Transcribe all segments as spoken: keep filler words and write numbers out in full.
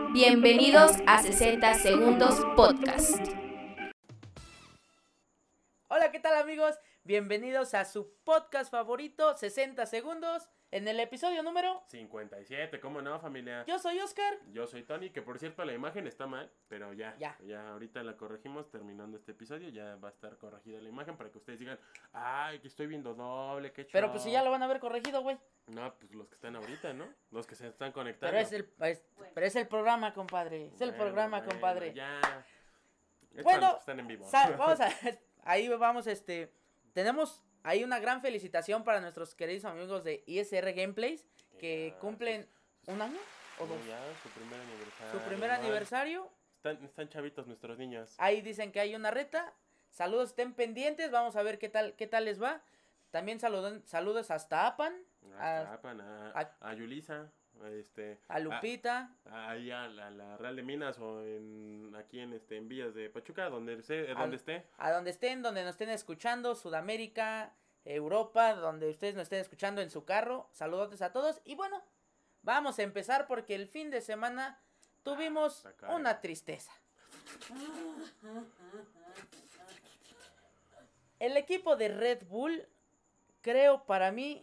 Bienvenidos a sesenta Segundos Podcast. Hola, ¿qué tal amigos? Bienvenidos a su podcast favorito, sesenta Segundos, en el episodio número cincuenta y siete, ¿cómo no, familia? Yo soy Oscar. Yo soy Tony, que por cierto la imagen está mal, pero ya, ya, ya ahorita la corregimos terminando este episodio, ya va a estar corregida la imagen para que ustedes digan, ay, que estoy viendo doble, qué chulo. Pero pues si ya lo van a ver corregido, güey. No, pues los que están ahorita, ¿no? Los que se están conectando. Pero es el, es, pero es el programa, compadre, es el bueno, programa, bueno, compadre. Ya. Es bueno, los que están en vivo. Sa- vamos a, ahí vamos, este, tenemos ahí una gran felicitación para nuestros queridos amigos de I S R Gameplays, que ya, cumplen pues, un año o no, dos. ya, su primer aniversario. Su primer igual. aniversario. Están, están chavitos nuestros niños. Ahí dicen que hay una reta. Saludos, estén pendientes. Vamos a ver qué tal, qué tal les va. También saludan, saludos hasta Apan. Hasta A, Apan, a, a- a Yulisa, a este, a Lupita. a- ahí a la, la Real de Minas o en aquí en este en Villas de Pachuca, donde se, Al- donde esté. A donde estén, donde nos estén escuchando. Sudamérica, Europa, donde ustedes nos estén escuchando en su carro. Saludos a todos. Y bueno, vamos a empezar porque el fin de semana tuvimos Ah, caray. una tristeza. El equipo de Red Bull, creo para mí,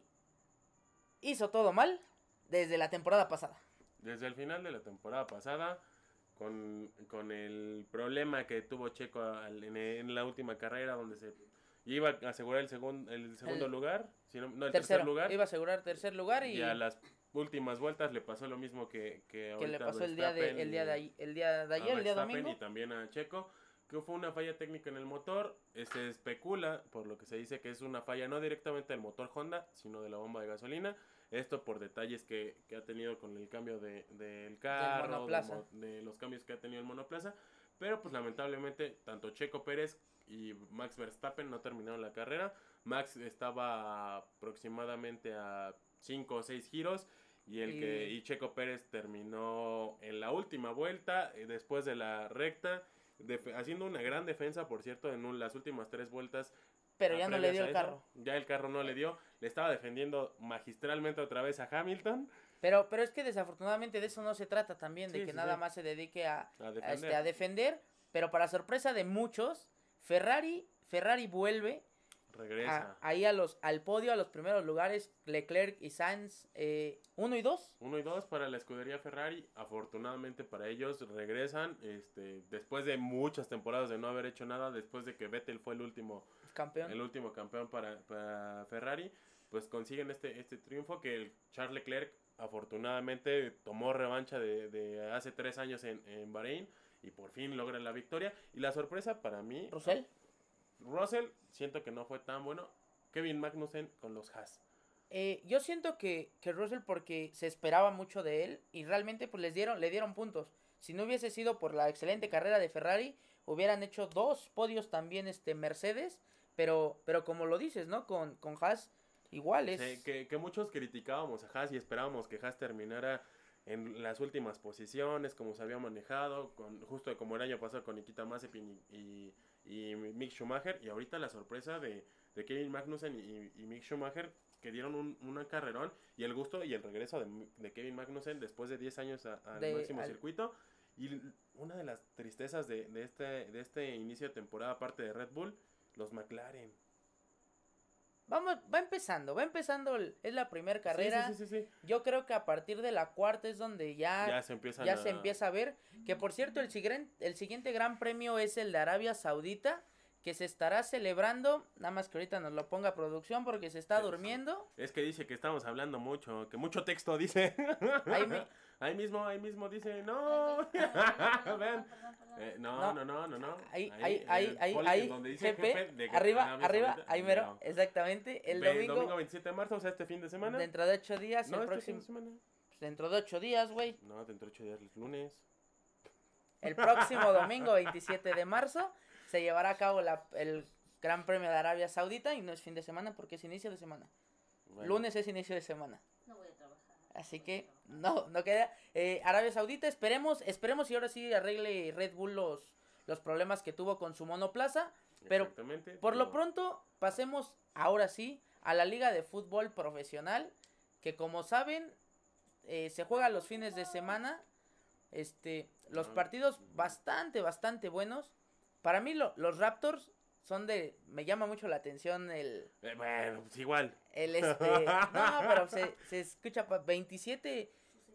hizo todo mal desde la temporada pasada. Desde el final de la temporada pasada, con, con el problema que tuvo Checo al- en, en la última carrera, donde se iba a asegurar el, segun- el segundo El lugar, sino, no, el Tercero, tercer lugar, iba a asegurar tercer lugar y, y a las últimas vueltas le pasó lo mismo que, que, que ahorita le pasó a el día de Verstappen el día de y- ahí- el día de a ayer, el día Verstappen domingo. y también a Checo, que fue una falla técnica en el motor. Eh, Se especula, por lo que se dice, que es una falla no directamente del motor Honda, sino de la bomba de gasolina. Esto por detalles que, que ha tenido con el cambio de, del carro, del monoplaza. mo- de los cambios que ha tenido el monoplaza. Pero pues lamentablemente tanto Checo Pérez y Max Verstappen no terminaron la carrera. Max estaba aproximadamente a cinco o seis giros. Y el Y- que y Checo Pérez terminó en la última vuelta, eh, después de la recta, def- haciendo una gran defensa, por cierto, en un- las últimas tres vueltas. Pero ah, ya no le previas dio a el eso. carro. Ya el carro no le dio, le estaba defendiendo magistralmente otra vez a Hamilton Pero, pero es que desafortunadamente de eso no se trata también, de Sí, que sí, nada sí. más se dedique a, a a, defender. este, a defender. Pero para sorpresa de muchos, Ferrari, Ferrari vuelve Regresa. a- ahí a los, al podio, a los primeros lugares, Leclerc y Sainz, eh, uno y dos. Uno y dos para la escudería Ferrari. Afortunadamente para ellos regresan, este, después de muchas temporadas de no haber hecho nada, después de que Vettel fue el último Campeón. el último campeón para, para Ferrari, pues consiguen este, este triunfo que el Charles Leclerc afortunadamente tomó revancha de, de hace tres años en, en Bahrein y por fin logra la victoria. Y la sorpresa para mí, Russell. Russell, siento que no fue tan bueno. Kevin Magnussen con los Haas. Eh, yo siento que, que Russell, porque se esperaba mucho de él y realmente pues les dieron, le dieron puntos. Si no hubiese sido por la excelente carrera de Ferrari, hubieran hecho dos podios también este Mercedes, pero, pero como lo dices, ¿no? Con, con Haas igual es... Sí, que, que muchos criticábamos a Haas y esperábamos que Haas terminara en las últimas posiciones, como se había manejado, con, justo como el año pasado con Nikita Mazepin y, y, y Mick Schumacher, y ahorita la sorpresa de, de Kevin Magnussen y, y Mick Schumacher, que dieron un, un carrerón, y el gusto y el regreso de, de Kevin Magnussen después de diez años a- al De- máximo al- circuito, y l- una de las tristezas de, de, este, de este inicio de temporada, aparte de Red Bull, los McLaren. Vamos, va empezando, va empezando, el- es la primera carrera. Sí, sí, sí, sí, sí. Yo creo que a partir de la cuarta es donde ya, Ya se empiezan ya a... se empieza a ver. Que por cierto, el siguiente, el siguiente gran premio es el de Arabia Saudita, que se estará celebrando, nada más que ahorita nos lo ponga producción porque se está Sí, sí. durmiendo. Es que dice que estamos hablando mucho, que mucho texto dice. Ahí me- Ahí mismo, ahí mismo dice, no. Vean. Eh, no, no, no, no, no. Ahí, ahí, ahí, eh, ahí, ponle ahí, donde dice jefe, jefe de que arriba, Arabia arriba, Saudita, ahí mero, mero. exactamente, el Ve, domingo, domingo veintisiete de marzo, o sea, este fin de semana. dentro de ocho días, no, el este próximo, fin de semana. dentro de ocho días, güey, No, dentro de ocho días, el lunes. el próximo domingo veintisiete de marzo, se llevará a cabo la, el Gran Premio de Arabia Saudita, y no es fin de semana porque es inicio de semana, Bueno, lunes es inicio de semana. No voy a trabajar. Así que no, no queda. Eh, Arabia Saudita, esperemos, esperemos y ahora sí arregle Red Bull los, los problemas que tuvo con su monoplaza. Pero exactamente, por lo pero- pronto, pasemos ahora sí a la Liga de Fútbol Profesional, que como saben, eh, se juega los fines de semana. Este, los Ah. partidos bastante, bastante buenos. Para mí lo- los Raptors son de, me llama mucho la atención el, Eh, bueno, pues igual. el este, no, pero se, se escucha pa- veintisiete,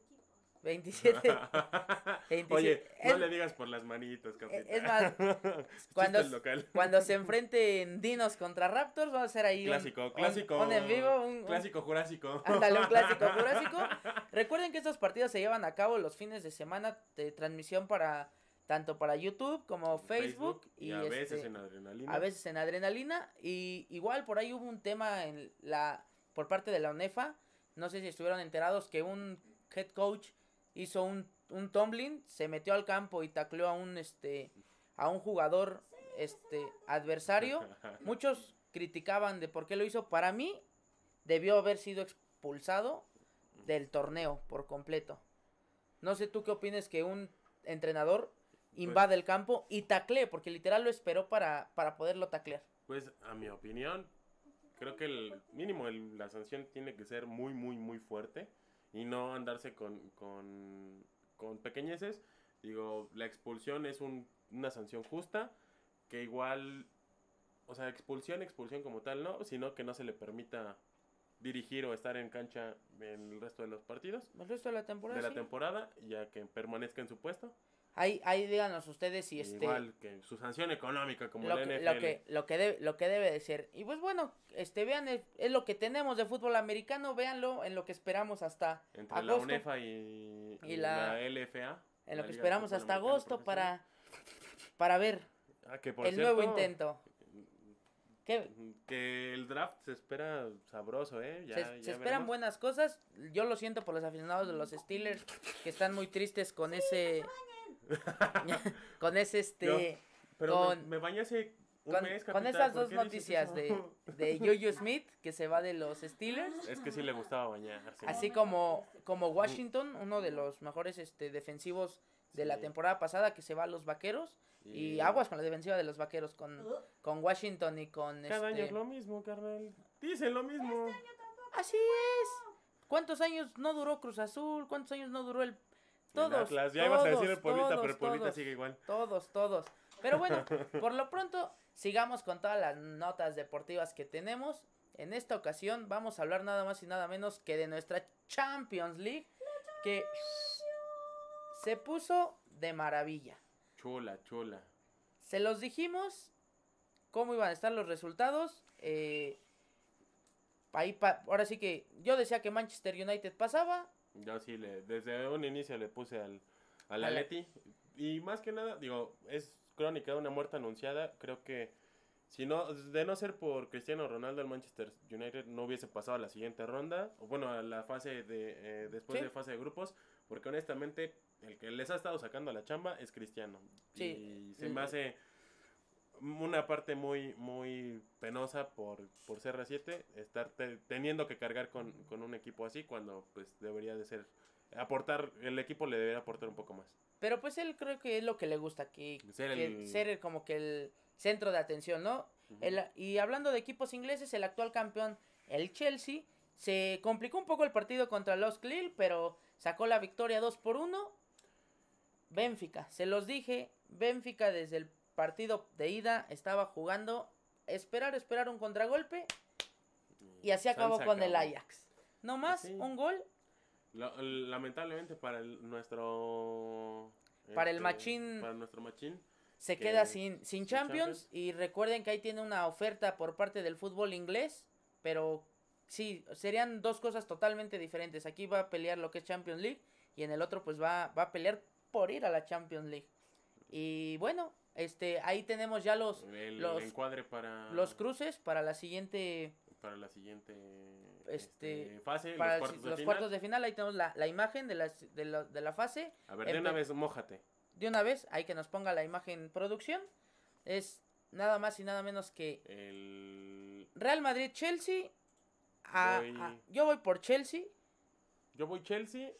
veintisiete, veintisiete, Oye, no es- le digas por las manitas, capitán. es más, Chiste cuando, local. cuando se enfrenten Dinos contra Raptors, vamos a hacer ahí un- Clásico, un, clásico. un en vivo, un, un- Clásico jurásico. ándale, un clásico jurásico. Recuerden que estos partidos se llevan a cabo los fines de semana de transmisión para tanto para YouTube como Facebook, y, y a veces este, en adrenalina. a veces en Adrenalina. Y igual por ahí hubo un tema en la por parte de la UNEFA, no sé si estuvieron enterados que un head coach hizo un, un tumbling, se metió al campo y tacleó a un este a un jugador este adversario. Muchos criticaban de por qué lo hizo. Para mí debió haber sido expulsado del torneo por completo. No sé tú qué opinas que un entrenador invade el campo y taclee, porque literal lo esperó para, para poderlo taclear. Pues, a mi opinión, creo que el mínimo el- la sanción tiene que ser muy, muy, muy fuerte y no andarse con, con, con pequeñeces. Digo, la expulsión es un, una sanción justa, que igual, o sea, expulsión, expulsión como tal, no, sino que no se le permita dirigir o estar en cancha en el resto de los partidos El resto de la temporada, de la sí. temporada, ya que permanezca en su puesto. Ahí, ahí díganos ustedes si este Igual que su sanción económica como lo la que, N F L. lo que lo que debe lo que debe de ser. Y pues bueno, este vean es, es lo que tenemos de fútbol americano, véanlo en lo que esperamos hasta Entre agosto, la UNEFA y, y y la- la, L F A. en la lo que Liga de esperamos Fútbol hasta Americano agosto Profesional. para para ver Ah, que por el cierto, nuevo intento. ¿Qué? Que el draft se espera sabroso, ¿eh? Ya, se, ya se esperan veremos. buenas cosas. Yo lo siento por los aficionados de los Steelers que están muy tristes con ese con ese este Pero con- me, me bañé hace un con, mes, con capitán, esas ¿por dos qué dices noticias de, eso? de Juju Smith que se va de los Steelers, Es que sí le gustaba bañarse. así como como Washington, uno de los mejores este defensivos de la Sí. temporada pasada, que se va a los Vaqueros. Y aguas con la defensiva de los Vaqueros, con, con Washington y con Cada año este... es lo mismo, carnal. Dicen lo mismo. Así es. ¿Cuántos años no duró Cruz Azul? ¿Cuántos años no duró el... Todos, El Atlas. Ya ibas a decir todos, el Pueblita, todos, pero el Pueblita todos. sigue igual. Todos, todos. Pero bueno, por lo pronto, sigamos con todas las notas deportivas que tenemos. En esta ocasión vamos a hablar nada más y nada menos que de nuestra Champions League, que se puso de maravilla. Chula, chula. Se los dijimos cómo iban a estar los resultados. Eh, ahí pa- ahora sí que yo decía que Manchester United pasaba. Yo sí, le, desde un inicio le puse al, al Al- Atleti. Y más que nada, digo, es crónica de una muerte anunciada. Creo que si no, de no ser por Cristiano Ronaldo, el Manchester United no hubiese pasado a la siguiente ronda. O bueno, a la fase de, eh, después Sí. de fase de grupos. Porque honestamente, el que les ha estado sacando la chamba es Cristiano. Sí. Y se me hace una parte muy muy penosa por, por C R siete estar te- teniendo que cargar con, con un equipo así cuando pues debería de ser aportar, el equipo le debería aportar un poco más. Pero pues él creo que es lo que le gusta, que, Ser que el- ser el- como que el centro de atención, ¿no? Ujú. El- y hablando de equipos ingleses, el actual campeón, el Chelsea, se complicó un poco el partido contra los Lille, pero sacó la victoria dos por uno. Benfica, se los dije, Benfica desde el partido de ida estaba jugando, esperar, esperar un contragolpe, y así San acabó se con el acabó. Ajax. No más, Sí. un gol La- lamentablemente para el- nuestro Para el este, machín. para nuestro machín se que- queda sin, sin sin Champions, Champions. y recuerden que ahí tiene una oferta por parte del fútbol inglés, pero sí, serían dos cosas totalmente diferentes. Aquí va a pelear lo que es Champions League y en el otro pues va, va a pelear por ir a la Champions League. Y bueno, este ahí tenemos ya los, el los, encuadre para los cruces para la siguiente para la siguiente este, este, fase, para los el- cuartos de los final. cuartos de final. Ahí tenemos la, la imagen de, las, de, la, de la fase. A ver, de una Empe- vez, mójate. De una vez, hay que nos ponga la imagen producción. Es nada más y nada menos que El... Real Madrid-Chelsea. a- Voy- a- yo voy por Chelsea. Yo voy Chelsea,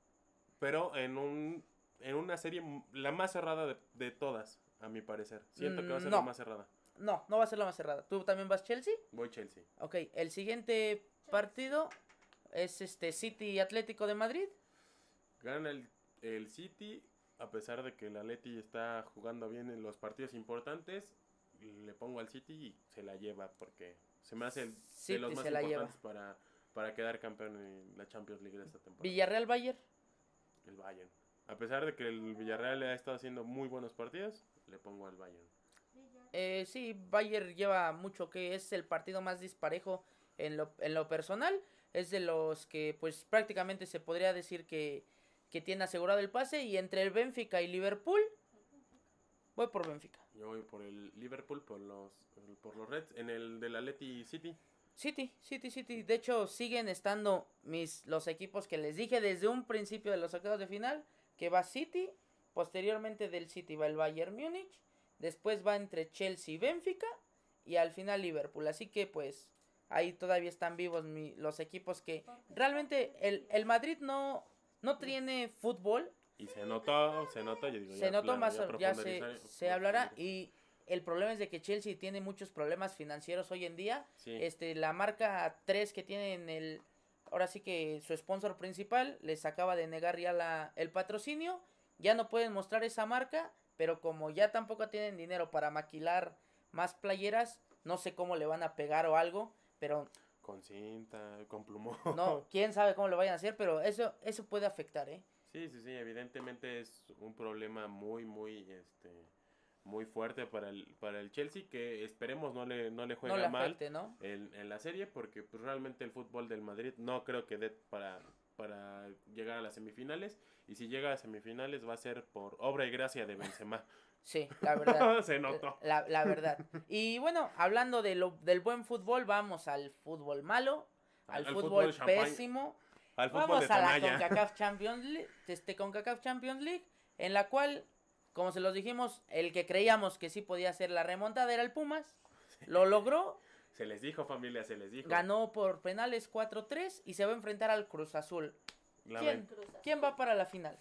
pero en un en una serie m- la más cerrada de, de todas, a mi parecer. Siento que va a ser Mm, no. la más cerrada. No, no va a ser la más cerrada. ¿Tú también vas Chelsea? Voy Chelsea. Ok, el siguiente partido es este City Atlético de Madrid. Gana el, el City, a pesar de que el Atleti está jugando bien en los partidos importantes, le pongo al City y se la lleva porque se me hace el, City de los más se la importantes para, para quedar campeón en la Champions League de esta temporada. Villarreal Bayern. El Bayern. A pesar de que el Villarreal le ha estado haciendo muy buenos partidos, le pongo al Bayern. Eh, sí, Bayern lleva mucho que es el partido más disparejo en lo, en lo personal. Es de los que pues prácticamente se podría decir que, que tiene asegurado el pase. Y entre el Benfica y Liverpool, voy por Benfica. Yo voy por el Liverpool, por los, por los Reds. En el del Atleti City. City, City, City. De hecho, siguen estando mis los equipos que les dije desde un principio de los octavos de final, que va City, posteriormente del City va el Bayern Múnich, después va entre Chelsea y Benfica y al final Liverpool. Así que pues ahí todavía están vivos mi, los equipos que realmente el, el Madrid no, no tiene fútbol. Y se notó, se notó, yo digo, Se ya, notó claro, más, ya, ya se, profundizar- se hablará y el problema es de que Chelsea tiene muchos problemas financieros hoy en día. Sí. Este, la marca tres que tiene en el, ahora sí que su sponsor principal les acaba de negar ya la, el patrocinio, ya no pueden mostrar esa marca, pero como ya tampoco tienen dinero para maquilar más playeras, no sé cómo le van a pegar o algo, pero Con cinta, con plumón. no, quién sabe cómo lo vayan a hacer, pero eso, eso puede afectar, ¿eh? Sí, sí, sí, evidentemente es un problema muy, muy, este, muy fuerte para el, para el Chelsea, que esperemos no le, no le juegue No le mal afecte, ¿no? en, en la serie, porque pues, realmente el fútbol del Madrid no creo que dé para, para llegar a las semifinales, y si llega a semifinales va a ser por obra y gracia de Benzema. Sí, la verdad. Se notó. La, la verdad. Y bueno, hablando de lo, del buen fútbol, vamos al fútbol malo, al, Al fútbol, fútbol champán. pésimo. Al fútbol Vamos de a la Tanaya. CONCACAF Champions League, este CONCACAF Champions League, en la cual, como se los dijimos, el que creíamos que sí podía hacer la remontada era el Pumas. Lo logró, Se les dijo, familia, se les dijo. ganó por penales cuatro tres y se va a enfrentar al Cruz Azul. La ¿Quién, ven- ¿Quién va para la final?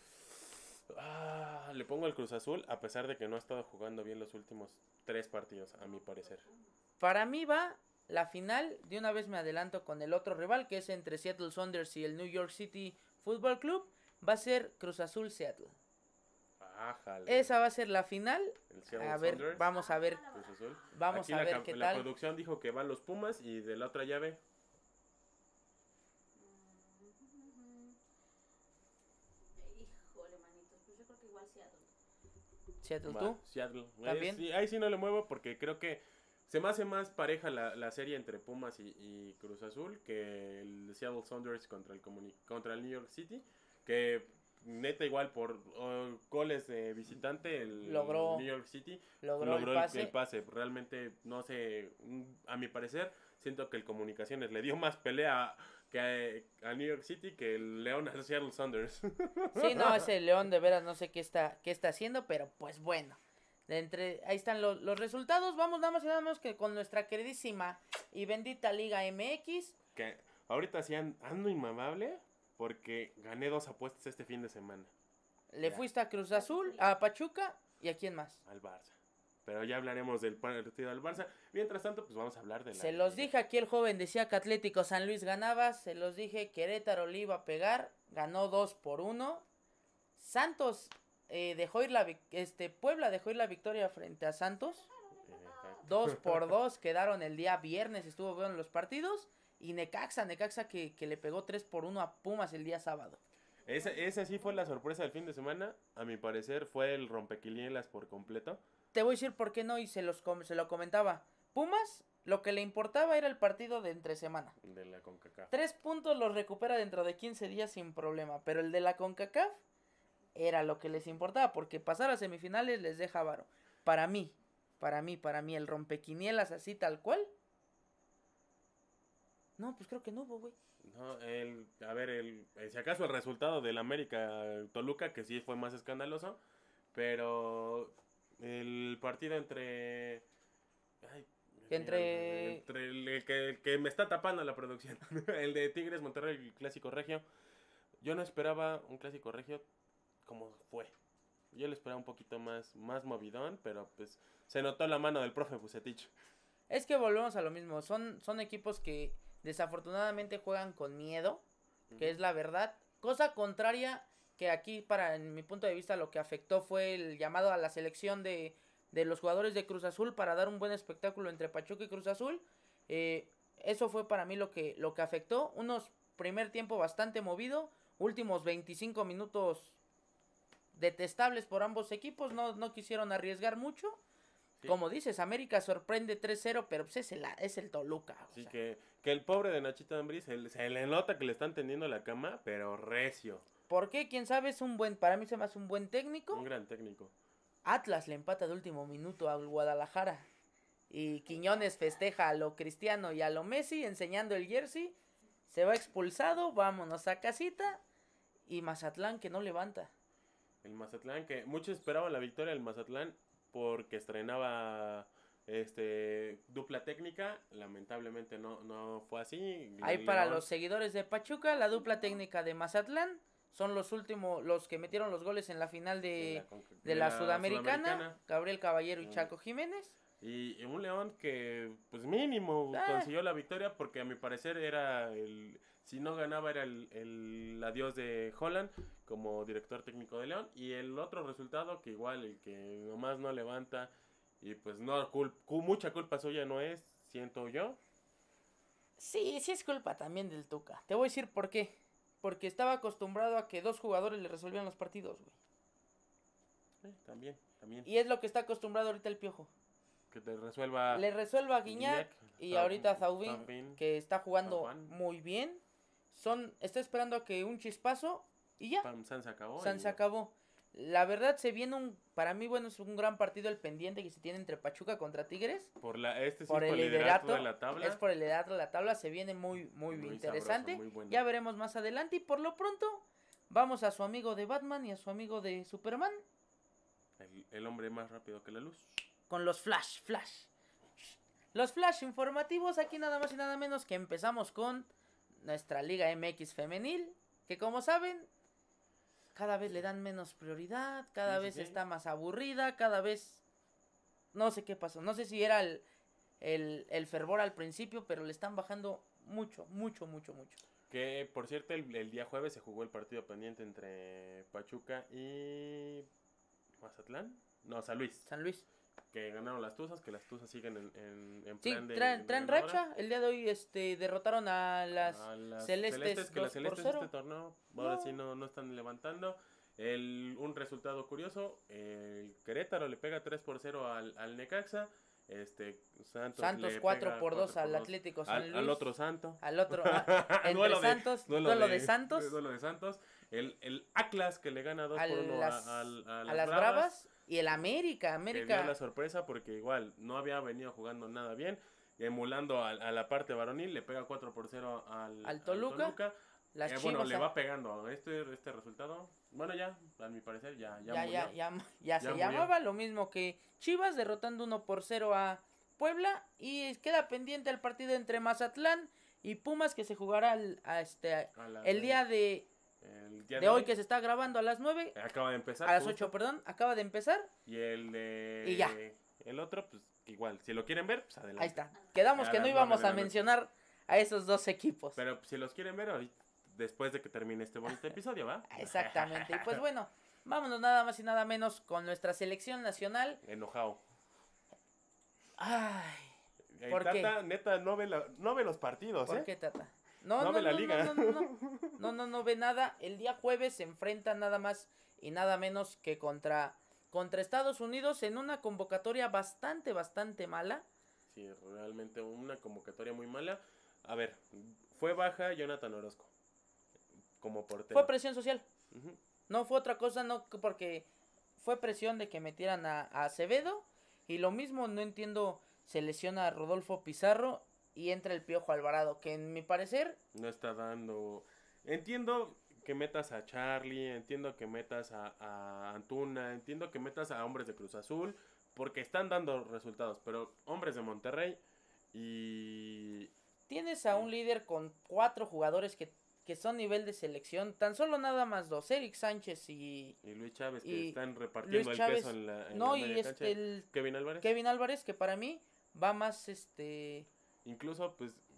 Ah, le pongo el Cruz Azul, a pesar de que no ha estado jugando bien los últimos tres partidos, a mi parecer. Para mí va la final, de una vez me adelanto con el otro rival, que es entre Seattle Sounders y el New York City Football Club, va a ser Cruz Azul Seattle. Ájale. Esa va a ser la final. El Seattle A ver, Sounders, vamos a ver, Cruz Azul. vamos Aquí a la, ver ca- qué la tal. producción dijo que van los Pumas y de la otra llave. Híjole, manitos, pues yo creo que igual Seattle. Seattle, Va, ¿tú? Seattle. ¿También? Eh, sí, ahí sí no le muevo porque creo que se me hace más pareja la, la serie entre Pumas y, y Cruz Azul que el Seattle Sounders contra el, comuni- contra el New York City. Que neta igual por oh, goles de visitante el Logró- New York City Logró, el pase. el pase. Realmente no sé, mm, a mi parecer siento que el Comunicaciones le dio más pelea que a, a New York City que el León al Seattle Sounders. Sí, no, ese León de veras no sé qué está, qué está haciendo, pero pues bueno. De entre, ahí están los, los resultados. Vamos nada más y nada menos que con nuestra queridísima y bendita Liga M X. Que ahorita sí an- ando inmamable porque gané dos apuestas este fin de semana Le Ya. fuiste a Cruz Azul, a Pachuca y a quién más. al Barça. Pero ya hablaremos del partido del Barça. Mientras tanto, pues vamos a hablar de la... Se los dije aquí, el joven decía que Atlético San Luis ganaba. Se los dije, Querétaro le iba a pegar. Ganó dos por uno. Santos eh, dejó ir la vic- este Puebla dejó ir la victoria frente a Santos. Exacto. Dos por dos quedaron el día viernes, estuvo bueno los partidos. Y Necaxa, Necaxa que, que le pegó tres por uno a Pumas el día sábado. Esa, esa sí fue la sorpresa del fin de semana. A mi parecer fue el rompequinielas por completo. Te voy a decir por qué no y se, los com- se lo comentaba. Pumas, lo que le importaba era el partido de entre semana. De la CONCACAF. Tres puntos los recupera dentro de quince días sin problema. Pero el de la CONCACAF era lo que les importaba. Porque pasar a semifinales les deja varo. Para mí, para mí, para mí, el rompequinielas así tal cual. No, pues creo que no hubo, güey. No, el, a ver, el, eh, si acaso el resultado del América Toluca, que sí fue más escandaloso, pero el partido entre... Ay, Entre- entre el, el que, el que me está tapando la producción, el de Tigres Monterrey, el clásico regio. Yo no esperaba un clásico regio como fue. Yo le esperaba un poquito más, más movidón, pero pues se notó la mano del profe Bucetich. Es que volvemos a lo mismo. Son, son equipos que desafortunadamente juegan con miedo. Que es la verdad. Cosa contraria que aquí para en mi punto de vista lo que afectó fue el llamado a la selección de, de los jugadores de Cruz Azul para dar un buen espectáculo entre Pachuca y Cruz Azul. Eh, eso fue para mí lo que, lo que afectó. Unos primer tiempo bastante movido, últimos veinticinco minutos detestables por ambos equipos, no, no quisieron arriesgar mucho. Sí. Como dices, América sorprende tres cero, pero pues es el, es el Toluca. O sí, sea. que, que el pobre de Nachito Ambriz se, se le nota que le están tendiendo la cama, pero recio. ¿Por qué? ¿Quién sabe? Es un buen, para mí se me hace un buen técnico. Un gran técnico. Atlas le empata de último minuto al Guadalajara. Y Quiñones festeja a lo Cristiano y a lo Messi enseñando el jersey. Se va expulsado, vámonos a casita. Y Mazatlán que no levanta. El Mazatlán, que muchos esperaban la victoria del Mazatlán porque estrenaba este dupla técnica. Lamentablemente no, no fue así. Ahí para los seguidores de Pachuca, la dupla técnica de Mazatlán son los últimos, los que metieron los goles en la final de, de, la, de de la, la Sudamericana, Sudamericana. Gabriel Caballero y Chaco Jiménez. Y, y un León que, pues mínimo, ah. consiguió la victoria porque a mi parecer era el... Si no ganaba era el, el adiós de Holland como director técnico de León. Y el otro resultado que igual, el que nomás no levanta y pues no, cul mucha culpa suya no es, siento yo. Sí, sí es culpa también del Tuca. Te voy a decir por qué. Porque estaba acostumbrado a que dos jugadores le resolvieran los partidos, güey. Eh, también, también. Y es lo que está acostumbrado ahorita el Piojo. Que te resuelva... Le resuelva a Guiñac y ahorita a Zaubín, que está jugando muy bien. Son, está esperando a que un chispazo y ya. Pam, San se acabó. San y... se acabó. La verdad se viene un, para mí bueno, es un gran partido el pendiente que se tiene entre Pachuca contra Tigres. Por la, este sí por el liderato de la tabla. Es por el liderato de la tabla, se viene muy, muy, muy interesante. Sabroso, muy bueno. Ya veremos más adelante y por lo pronto vamos a su amigo de Batman y a su amigo de Superman. El, el hombre más rápido que la luz. Con los flash, flash. Los flash informativos aquí nada más y nada menos que empezamos con nuestra Liga M X femenil, que como saben, cada vez le dan menos prioridad, cada sí, vez sí, sí. está más aburrida, cada vez, no sé qué pasó, no sé si era el, el, el fervor al principio, pero le están bajando mucho, mucho, mucho, mucho. Que, por cierto, el, el día jueves se jugó el partido pendiente entre Pachuca y Mazatlán, no, San Luis. San Luis. Que ganaron las Tuzas, que las Tuzas siguen en, en, en sí, plan de... traen, de traen ganadora. racha. El día de hoy este derrotaron a las, a las Celestes, Celestes, que dos las Celestes por cero. este torneo ahora No. sí no, no están levantando. El, un resultado curioso, el Querétaro le pega tres por cero al, al Necaxa. Este, Santos, Santos le cuatro pega por dos cuatro al por dos Atlético San al, Luis. al otro Santo. Al otro, ah, entre duelo de, Santos, duelo, duelo de, de Santos. Duelo de Santos. El, el Atlas que le gana dos por uno las, a, a, a, a las, las Bravas. Bravas. Y el América, Que dio América. la sorpresa porque igual no había venido jugando nada bien. Emulando a, a la parte varonil, le pega cuatro por cero al, Al Toluca. Al Toluca. Las Eh, Chivas, bueno, le ah, va pegando este, este resultado. Bueno, ya, a mi parecer, ya, ya, ya, murió. ya, ya, ya, Ya se murió. llamaba lo mismo que Chivas, derrotando uno por cero a Puebla. Y queda pendiente el partido entre Mazatlán y Pumas, que se jugará al, a este, A la- el día de, el día de hoy, que se está grabando a las nueve. acaba de empezar. A las justo. ocho, perdón, acaba de empezar. Y el de... Y ya. El otro, pues igual, si lo quieren ver, pues adelante. Ahí está. Quedamos A que no las íbamos nueve de a la noche. mencionar a esos dos equipos. Pero si los quieren ver, ahorita, después de que termine este bonito episodio, ¿va? Exactamente. Y pues bueno, vámonos nada más y nada menos con nuestra selección nacional. Enojado. Ay, El ¿por Tata, qué? neta, no ve, la, no ve los partidos, ¿por ¿eh? qué, Tata? No, No no, ve no, la liga. no, no, no, no, no, no, no ve nada. El día jueves se enfrenta nada más y nada menos que contra, contra Estados Unidos en una convocatoria bastante, bastante mala. Sí, realmente una convocatoria muy mala. A ver, fue baja Jonathan Orozco como portero. Fue presión social. Ujú. No fue otra cosa, no que- porque fue presión de que metieran a, a Acevedo. Y lo mismo, no entiendo, se lesiona a Rodolfo Pizarro y entra el Piojo Alvarado, que en mi parecer, No está dando... Entiendo que metas a Charlie, entiendo que metas a, a Antuna, entiendo que metas a hombres de Cruz Azul, porque están dando resultados, pero hombres de Monterrey y... tienes a un líder con cuatro jugadores que, que son nivel de selección, tan solo nada más dos, Eric Sánchez y... Y Luis Chávez, que Y están repartiendo Luis el Chávez, peso en la, en no, la y media cancha. este, el Kevin Álvarez. Kevin Álvarez, que para mí va más, este... Incluso, pues,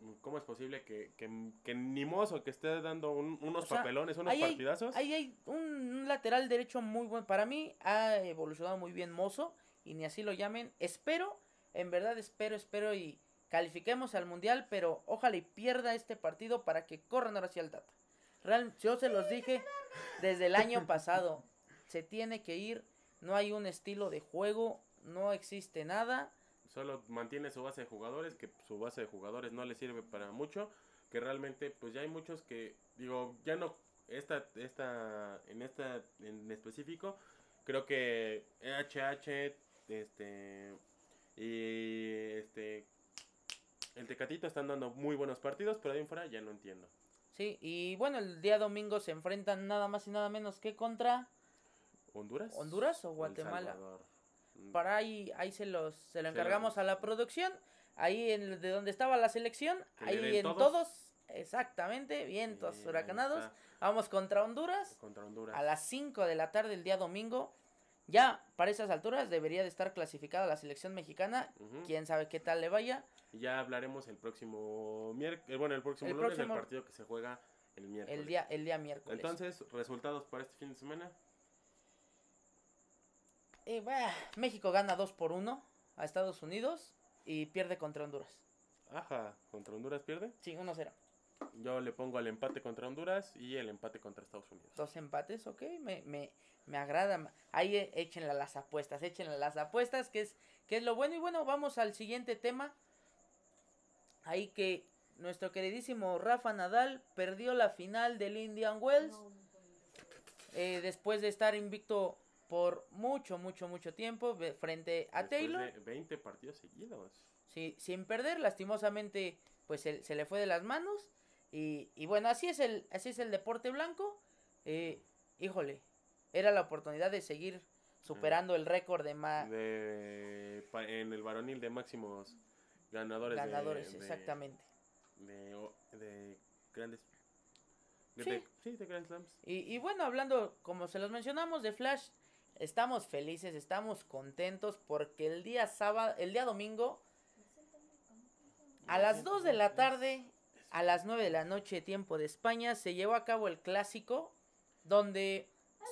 ¿Cómo es posible que, que, que ni Mozo que esté dando un- unos O sea, papelones, unos ahí hay- partidazos? Ahí hay un, un lateral derecho muy bueno. Para mí ha evolucionado muy bien Mozo, y ni así lo llamen. Espero, en verdad espero, espero y califiquemos al Mundial, pero ojalá y pierda este partido para que corran ahora sí al Tata. Real, yo se los dije desde el año pasado, se tiene que ir, no hay un estilo de juego, no existe nada. Solo mantiene su base de jugadores, que su base de jugadores no le sirve para mucho, que realmente pues ya hay muchos que, digo, ya no, esta, esta, en esta en específico, creo que H H, este, y este, el Tecatito están dando muy buenos partidos, pero ahí en fuera ya no entiendo. Sí, y bueno, el día domingo se enfrentan nada más y nada menos que contra ¿Honduras? ¿Honduras o El Guatemala? Salvador. Para ahí, ahí se los se lo Se encargamos los- a la producción, ahí en, de donde estaba la selección, Que le ahí den en todos. todos, exactamente, vientos Y ahí huracanados. está, Vamos contra Honduras contra Honduras. a las cinco de la tarde el día domingo. Ya para esas alturas debería de estar clasificada la selección mexicana. Ujú. Quién sabe qué tal le vaya. Y ya hablaremos el próximo miércoles, bueno, el próximo El lunes próximo- del partido que se juega el miércoles. El día el día miércoles. Entonces, resultados para este fin de semana. Eh, bah, México gana dos por uno a Estados Unidos y pierde contra Honduras. Ajá, contra Honduras pierde. Sí, uno cero. Yo le pongo el empate contra Honduras y el empate contra Estados Unidos. Dos empates, ok, me, me, me agrada. Ahí eh, échenle a las apuestas, échenle a las apuestas, que es, que es lo bueno. Y bueno, vamos al siguiente tema. Ahí que nuestro queridísimo Rafa Nadal perdió la final del Indian Wells. No, no puede ser. eh, después de estar invicto por mucho, mucho, mucho tiempo ve- frente a Después Taylor. de veinte partidos seguidos. Sí, sin perder, lastimosamente, pues se, se le fue de las manos. Y, y bueno, así es el, así es el deporte blanco. Eh, híjole, era la oportunidad de seguir superando el récord de más De, pa- en el varonil de máximos ganadores. de- ganadores, de, exactamente. De, o- de grandes. de- Sí. de- sí, de Grand Slams. Y, y bueno, hablando, como se los mencionamos, de Flash, estamos felices, estamos contentos porque el día sábado, el día domingo, a las dos de la tarde, a las nueve de la noche, tiempo de España, se llevó a cabo el clásico, donde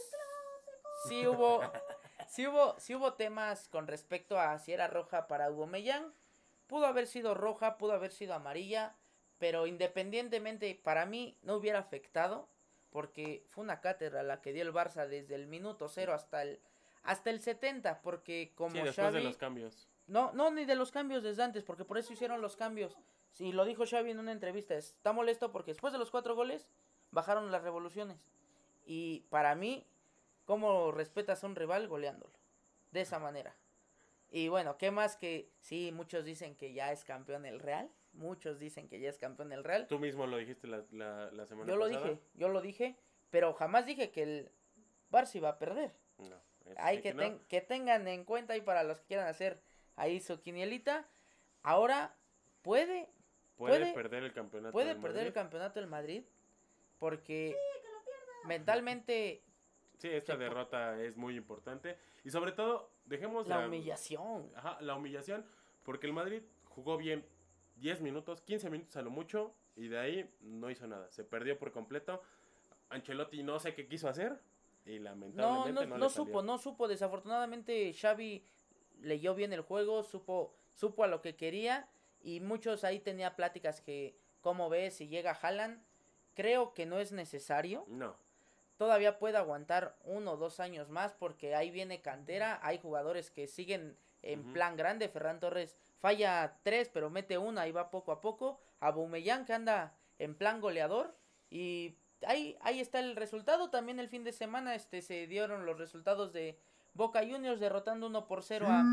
sí hubo, sí hubo, sí hubo temas con respecto a si era roja para Aubameyang. Pudo haber sido roja, pudo haber sido amarilla, pero independientemente, para mí no hubiera afectado, porque fue una cátedra la que dio el Barça desde el minuto cero hasta el, hasta el setenta, porque como Sí, después de Xavi... los cambios. No, no, ni de los cambios desde antes, porque por eso hicieron los cambios. Sí, lo dijo Xavi en una entrevista. Está molesto porque después de los cuatro goles bajaron las revoluciones. Y para mí, ¿cómo respetas a un rival goleándolo? De esa manera. Y bueno, ¿qué más que... Sí, muchos dicen que ya es campeón el Real. Muchos dicen que ya es campeón el Real. Tú mismo lo dijiste la, la, la semana Yo lo pasada. dije, yo lo dije. Pero jamás dije que el Barça iba a perder. No, eso Hay sí que, no. ten- que tengan en cuenta, y para los que quieran hacer ahí su quinielita, ahora puede Puede, puede- perder el campeonato. puede del perder Madrid. el campeonato del Madrid, porque mentalmente Sí, esta se po- derrota es muy importante. Y sobre todo, dejemos la humillación. Ajá, la humillación, porque el Madrid jugó bien diez minutos, quince minutos a lo mucho, y de ahí no hizo nada. Se perdió por completo. Ancelotti no sé qué quiso hacer, y No, lamentablemente no, no, no le salió. supo, no supo. Desafortunadamente Xavi leyó bien el juego, supo, supo a lo que quería, y muchos ahí tenía pláticas que, ¿cómo ves si llega Haaland? Creo que no es necesario. No, Todavía puede aguantar uno o dos años más, porque ahí viene cantera, hay jugadores que siguen en Ujú. plan grande. Ferran Torres falla tres, pero mete una y va poco a poco. Aubameyang, que anda en plan goleador, y ahí, ahí está el resultado. También el fin de semana este se dieron los resultados de Boca Juniors derrotando uno por cero a,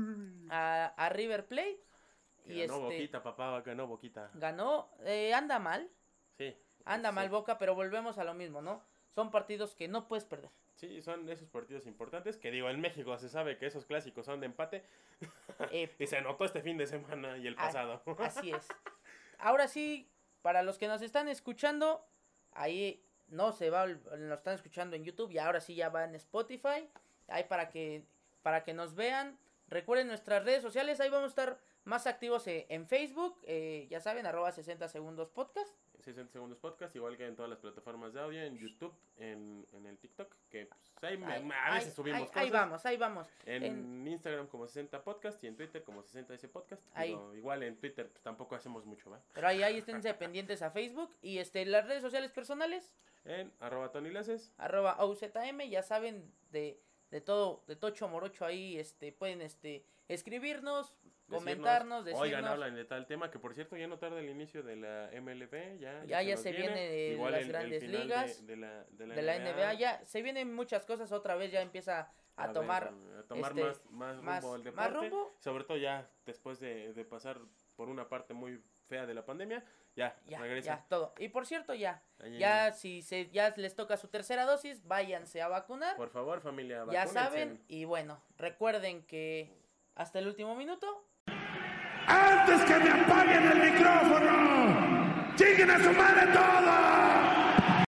a, a River Plate. que Y ganó este Boquita, papá, ganó Boquita. ganó, eh, anda mal, Sí. anda sí. mal Boca, pero volvemos a lo mismo, ¿no? Son partidos que no puedes perder. Sí, son esos partidos importantes, que digo, en México se sabe que esos clásicos son de empate, Eh, y se notó este fin de semana y el Ah, pasado. Así es. Ahora sí, para los que nos están escuchando, ahí no se va, nos están escuchando en YouTube y ahora sí ya va en Spotify. Ahí para que para que nos vean. Recuerden nuestras redes sociales, ahí vamos a estar más activos eh, en Facebook, eh, ya saben, arroba sesenta segundos podcast. sesenta segundos podcast, igual que en todas las plataformas de audio, en YouTube, en, en el TikTok, que pues, ahí, Ahí, a veces ahí, subimos ahí, cosas. ahí vamos, ahí vamos. En, En- Instagram como sesenta podcast y en Twitter como sesenta ese podcast. Ahí. Digo, igual en Twitter pues, tampoco hacemos mucho, ¿va? Pero ahí, ahí esténse pendientes a Facebook y este las redes sociales personales, En arroba Tony Laces. arroba O Z M, ya saben de, de todo, de tocho morocho ahí, este, pueden este escribirnos, Decirnos, comentarnos, decirnos. Oigan, hablan de tal tema, que por cierto ya no tarda el inicio de la M L B, ya, Ya, ya nos se viene Igual las el- el grandes final ligas de, de la, de la de la N B A, N B A, ya se vienen muchas cosas, otra vez ya empieza a, ver, tomar a tomar este, más, más más- rumbo al más deporte, rumbo. sobre todo ya después de, de pasar por una parte muy fea de la pandemia, ya, ya, regresa. ya, todo. Y por cierto, ya, Ahí- ya si se ya les toca su tercera dosis, váyanse a vacunar. Por favor, familia, Ya vacúnense. saben, y bueno, recuerden que hasta el último minuto. ¡Antes que me apaguen el micrófono! ¡Lleguen a su madre todos!